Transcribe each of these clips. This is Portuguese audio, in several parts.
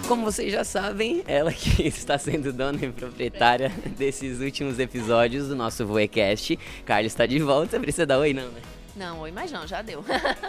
Como vocês já sabem, ela que está sendo dona e proprietária desses últimos episódios do nosso Voecast. Carla está de volta, precisa dar oi não, né? Não, oi, mas não, já deu.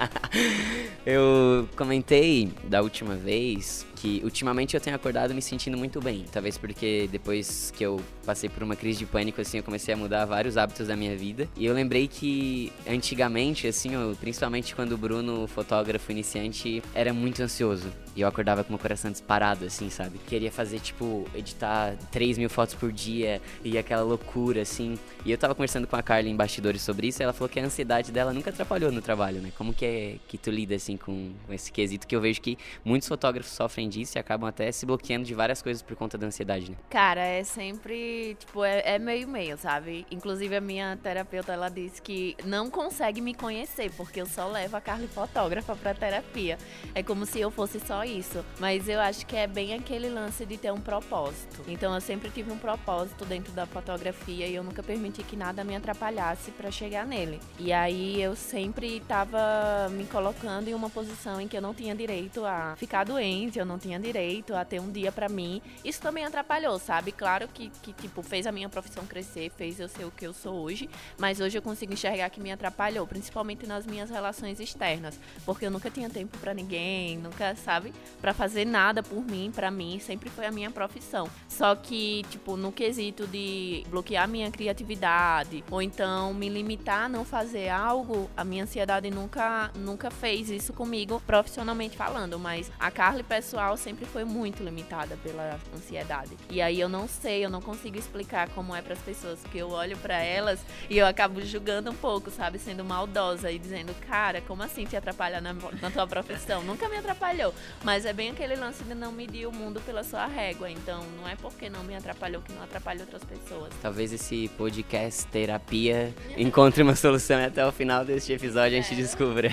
Eu comentei da última vez que ultimamente eu tenho acordado me sentindo muito bem. Talvez porque depois que eu passei por uma crise de pânico, assim, eu comecei a mudar vários hábitos da minha vida. E eu lembrei que antigamente, assim, principalmente quando o Bruno, fotógrafo iniciante, era muito ansioso. E eu acordava com o meu coração disparado, assim, sabe? Queria fazer, tipo, editar 3.000 fotos por dia e aquela loucura, assim. E eu tava conversando com a Carla em bastidores sobre isso e ela falou que a ansiedade dela nunca atrapalhou no trabalho, né? Como que é que tu lida, assim, com esse quesito que eu vejo que muitos fotógrafos sofrem disso e acabam até se bloqueando de várias coisas por conta da ansiedade, né? Cara, é sempre, tipo, é meio-meio, sabe? Inclusive a minha terapeuta, ela disse que não consegue me conhecer, porque eu só levo a Carla fotógrafa pra terapia. É como se eu fosse só isso. Mas eu acho que é bem aquele lance de ter um propósito. Então eu sempre tive um propósito dentro da fotografia e eu nunca permiti que nada me atrapalhasse pra chegar nele. E aí eu sempre tava me colocando em uma posição em que eu não tinha direito a ficar doente, eu não tinha direito a ter um dia pra mim. Isso também atrapalhou, sabe? Claro que tipo, fez a minha profissão crescer, fez eu ser o que eu sou hoje, mas hoje eu consigo enxergar que me atrapalhou, principalmente nas minhas relações externas, porque eu nunca tinha tempo pra ninguém, nunca, sabe? Pra fazer nada por mim, pra mim, sempre foi a minha profissão. Só que, tipo, no quesito de bloquear minha criatividade, ou então me limitar a não fazer algo, a minha ansiedade nunca fez isso comigo, profissionalmente falando, mas a Carla pessoal sempre foi muito limitada pela ansiedade. E aí eu não consigo explicar como é pras pessoas, porque eu olho pra elas e eu acabo julgando um pouco, sabe, sendo maldosa e dizendo, cara, como assim te atrapalha na tua profissão? Nunca me atrapalhou, mas é bem aquele lance de não medir o mundo pela sua régua, então não é porque não me atrapalhou que não atrapalha outras pessoas. Talvez esse podcast terapia encontre uma solução e até o final deste episódio a gente descubra.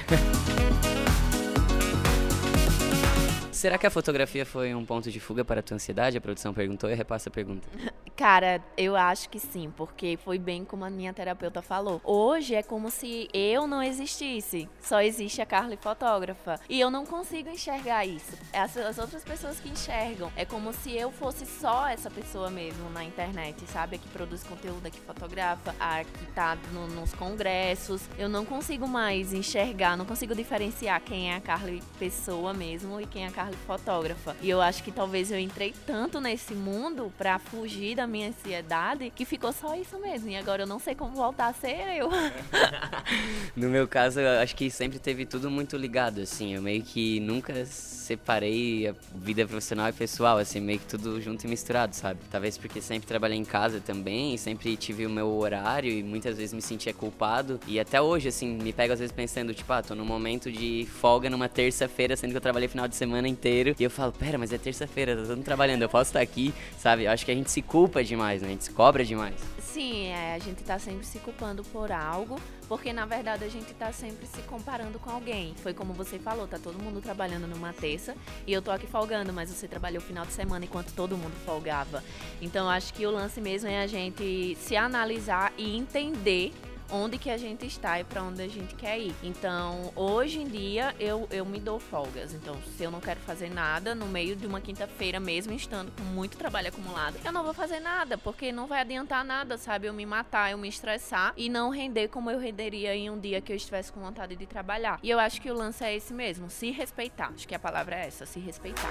Será que a fotografia foi um ponto de fuga para a tua ansiedade? A produção perguntou e eu repasso a pergunta. Cara, eu acho que sim, porque foi bem como a minha terapeuta falou. Hoje é como se eu não existisse, só existe a Carla fotógrafa. E eu não consigo enxergar isso. As outras pessoas que enxergam. É como se eu fosse só essa pessoa mesmo na internet, sabe? A que produz conteúdo, a que fotografa, a que tá nos congressos. Eu não consigo mais enxergar, não consigo diferenciar quem é a Carla pessoa mesmo e quem é a Carla fotógrafa. E eu acho que talvez eu entrei tanto nesse mundo pra fugir da minha ansiedade que ficou só isso mesmo. E agora eu não sei como voltar a ser eu. No meu caso, eu acho que sempre teve tudo muito ligado, assim. Eu meio que nunca separei a vida profissional e pessoal, assim, meio que tudo junto e misturado, sabe? Talvez porque sempre trabalhei em casa também, sempre tive o meu horário e muitas vezes me sentia culpado. E até hoje, assim, me pego às vezes pensando, tipo, tô num momento de folga numa terça-feira, sendo que eu trabalhei final de semana inteiro. E eu falo, pera, mas é terça-feira, tá todo mundo trabalhando, eu posso estar aqui, sabe? Eu acho que a gente se culpa demais, né? A gente se cobra demais. Sim, a gente tá sempre se culpando por algo, porque na verdade a gente tá sempre se comparando com alguém. Foi como você falou, tá todo mundo trabalhando numa terça e eu tô aqui folgando, mas você trabalhou o final de semana enquanto todo mundo folgava. Então acho que o lance mesmo é a gente se analisar e entender onde que a gente está e para onde a gente quer ir. Então, hoje em dia, eu me dou folgas. Então, se eu não quero fazer nada, no meio de uma quinta-feira, mesmo estando com muito trabalho acumulado, eu não vou fazer nada, porque não vai adiantar nada, sabe? Eu me matar, eu me estressar e não render como eu renderia em um dia que eu estivesse com vontade de trabalhar. E eu acho que o lance é esse mesmo, se respeitar. Acho que a palavra é essa, se respeitar.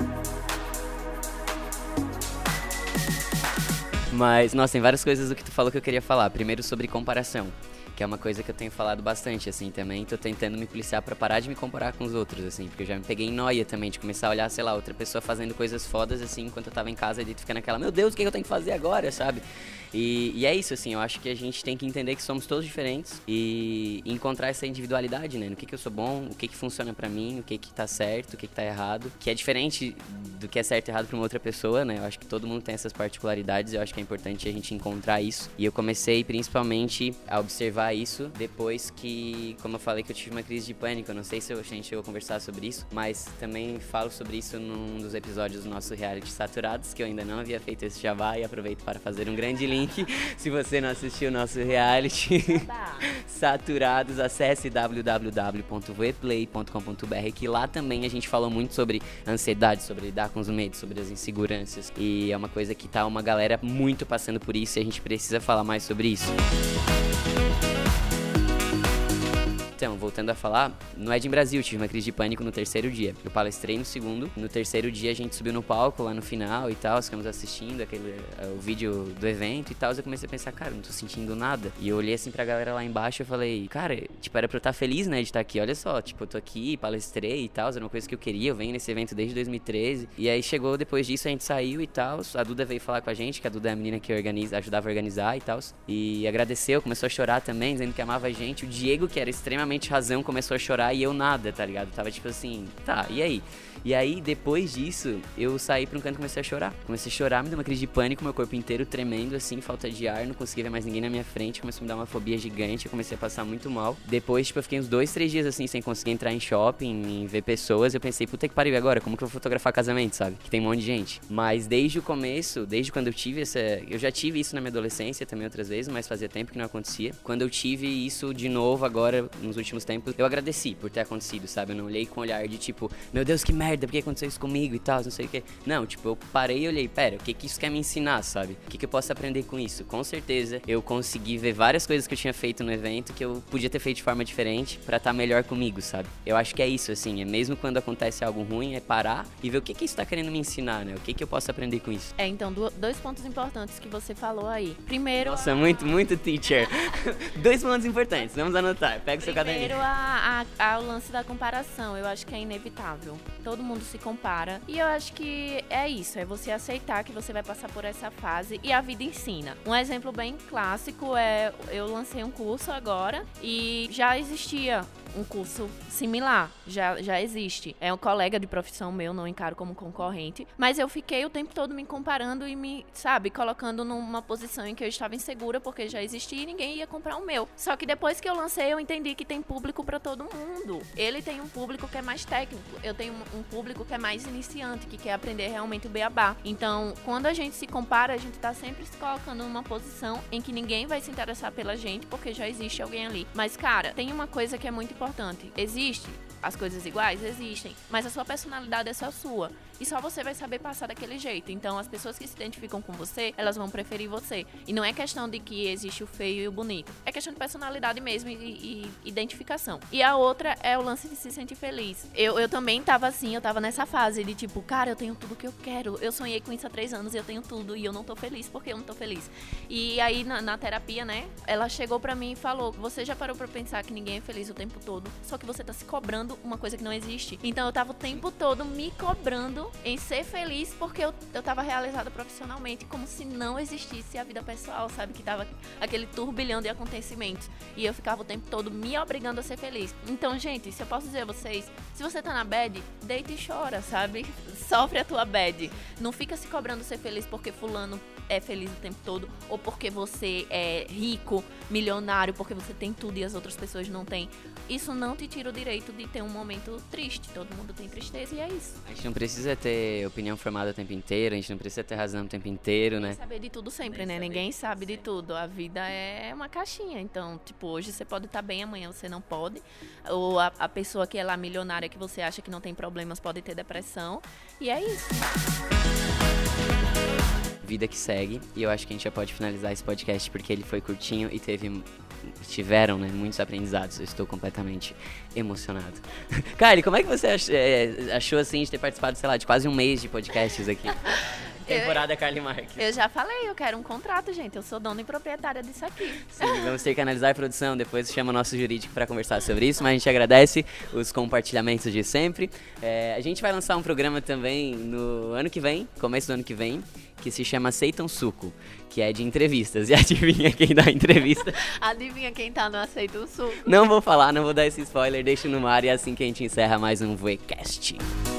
Mas, nossa, tem várias coisas do que tu falou que eu queria falar. Primeiro sobre comparação, que é uma coisa que eu tenho falado bastante, assim, também. Tô tentando me policiar pra parar de me comparar com os outros, assim, porque eu já me peguei em noia também, de começar a olhar, sei lá, outra pessoa fazendo coisas fodas, assim, enquanto eu tava em casa, e tu fica naquela, meu Deus, o que eu tenho que fazer agora, sabe? E é isso, assim, eu acho que a gente tem que entender que somos todos diferentes e encontrar essa individualidade, né? No que eu sou bom, o que funciona pra mim, o que tá certo, o que tá errado, que é diferente do que é certo e errado pra uma outra pessoa, né? Eu acho que todo mundo tem essas particularidades e eu acho que é importante a gente encontrar isso. E eu comecei principalmente a observar isso depois que, como eu falei, que eu tive uma crise de pânico. Eu não sei se a gente chegou a conversar sobre isso, mas também falo sobre isso num dos episódios do nosso reality Saturados, que eu ainda não havia feito esse jabá e aproveito para fazer um grande link. Se você não assistiu o nosso reality, saturados, acesse www.voeplay.com.br, que lá também a gente falou muito sobre ansiedade, sobre lidar com os medos, sobre as inseguranças. E é uma coisa que tá uma galera muito passando por isso e a gente precisa falar mais sobre isso. Então, voltando a falar, no Ed em Brasil, tive uma crise de pânico no terceiro dia. Eu palestrei no segundo, no terceiro dia a gente subiu no palco lá no final e tal, ficamos assistindo o vídeo do evento e tal, eu comecei a pensar, cara, não tô sentindo nada. E eu olhei assim pra galera lá embaixo e falei, cara, tipo, era pra eu estar feliz, né, de estar aqui, olha só, tipo, eu tô aqui, palestrei e tal, era uma coisa que eu queria, eu venho nesse evento desde 2013. E aí chegou, depois disso a gente saiu e tal, a Duda veio falar com a gente, que a Duda é a menina que ajudava a organizar e tal, e agradeceu, começou a chorar também, dizendo que amava a gente. O Diego, que era extremamente razão, começou a chorar e eu nada, tá ligado? Tava tipo assim, tá, e aí? E aí, depois disso, eu saí pra um canto e comecei a chorar. Comecei a chorar, me deu uma crise de pânico, meu corpo inteiro tremendo, assim, falta de ar, não conseguia ver mais ninguém na minha frente, começou a me dar uma fobia gigante, eu comecei a passar muito mal. Depois, tipo, eu fiquei uns 2-3 dias, assim, sem conseguir entrar em shopping, em ver pessoas, eu pensei, puta que pariu, e agora? Como que eu vou fotografar casamento, sabe? Que tem um monte de gente. Mas desde o começo, desde quando eu tive eu já tive isso na minha adolescência também outras vezes, mas fazia tempo que não acontecia. Quando eu tive isso de novo agora, nos últimos tempos, eu agradeci por ter acontecido, sabe? Eu não olhei com um olhar de tipo, meu Deus, que merda, por que aconteceu isso comigo e tal, não sei o que. Não, tipo, eu parei e olhei, pera, o que isso quer me ensinar, sabe? O que eu posso aprender com isso? Com certeza, eu consegui ver várias coisas que eu tinha feito no evento que eu podia ter feito de forma diferente pra estar melhor comigo, sabe? Eu acho que é isso, assim, é mesmo quando acontece algo ruim, é parar e ver o que isso tá querendo me ensinar, né? O que eu posso aprender com isso? Então, dois pontos importantes que você falou aí. Primeiro... Nossa, muito teacher. 2 pontos importantes, vamos anotar. Pega o seu caderninho. Primeiro, o lance da comparação, eu acho que é inevitável. Todo mundo se compara. E eu acho que é isso, é você aceitar que você vai passar por essa fase e a vida ensina. Um exemplo bem clássico é, eu lancei um curso agora e já existia um curso similar, já existe. É um colega de profissão meu, não encaro como concorrente, mas eu fiquei o tempo todo me comparando e me, sabe, colocando numa posição em que eu estava insegura porque já existia e ninguém ia comprar o meu. Só que depois que eu lancei, eu entendi que tem público pra todo mundo. Ele tem um público que é mais técnico, eu tenho um público que é mais iniciante, que quer aprender realmente o beabá. Então, quando a gente se compara, a gente tá sempre se colocando numa posição em que ninguém vai se interessar pela gente porque já existe alguém ali. Mas, cara, tem uma coisa que é muito importante. Existe as coisas iguais? Existem. Mas a sua personalidade é só sua. E só você vai saber passar daquele jeito. Então, as pessoas que se identificam com você, elas vão preferir você. E não é questão de que existe o feio e o bonito. É questão de personalidade mesmo e identificação. E a outra é o lance de se sentir feliz. Eu também tava assim, eu tava nessa fase de tipo, cara, eu tenho tudo que eu quero. Eu sonhei com isso há 3 anos e eu tenho tudo. E eu não tô feliz porque eu não tô feliz. E aí, na terapia, né, ela chegou pra mim e falou, você já parou pra pensar que ninguém é feliz o tempo todo? Só que você tá se cobrando uma coisa que não existe. Então, eu tava o tempo todo me cobrando em ser feliz porque eu tava realizada profissionalmente, como se não existisse a vida pessoal, sabe? Que tava aquele turbilhão de acontecimentos. E eu ficava o tempo todo me obrigando a ser feliz. Então, gente, se eu posso dizer a vocês, se você tá na bad, deita e chora, sabe? Sofre a tua bad. Não fica se cobrando ser feliz porque fulano é feliz o tempo todo, ou porque você é rico, milionário, porque você tem tudo e as outras pessoas não têm. Isso não te tira o direito de ter um momento triste. Todo mundo tem tristeza e é isso. A gente não precisa ter opinião formada o tempo inteiro, a gente não precisa ter razão o tempo inteiro, né? Saber de tudo sempre, né? Ninguém sabe de tudo. A vida é uma caixinha. Então, tipo, hoje você pode estar bem, amanhã você não pode. Ou a pessoa que é lá milionária, que você acha que não tem problemas, pode ter depressão. E é isso. Vida que segue, e eu acho que a gente já pode finalizar esse podcast porque ele foi curtinho e tiveram, né, muitos aprendizados. Eu estou completamente emocionado. Kylie, como é que você achou assim de ter participado, sei lá, de quase um mês de podcasts aqui? Temporada Carly Marques. Eu já falei, eu quero um contrato, gente. Eu sou dona e proprietária disso aqui. Sim, vamos ter que analisar a produção. Depois chama o nosso jurídico para conversar sobre isso. Mas a gente agradece os compartilhamentos de sempre. A gente vai lançar um programa também no ano que vem, começo do ano que vem, que se chama Aceita um Suco, que é de entrevistas. E adivinha quem dá a entrevista? Adivinha quem tá no Aceita um Suco? Não vou falar, não vou dar esse spoiler. Deixa no ar e é assim que a gente encerra mais um Voecast.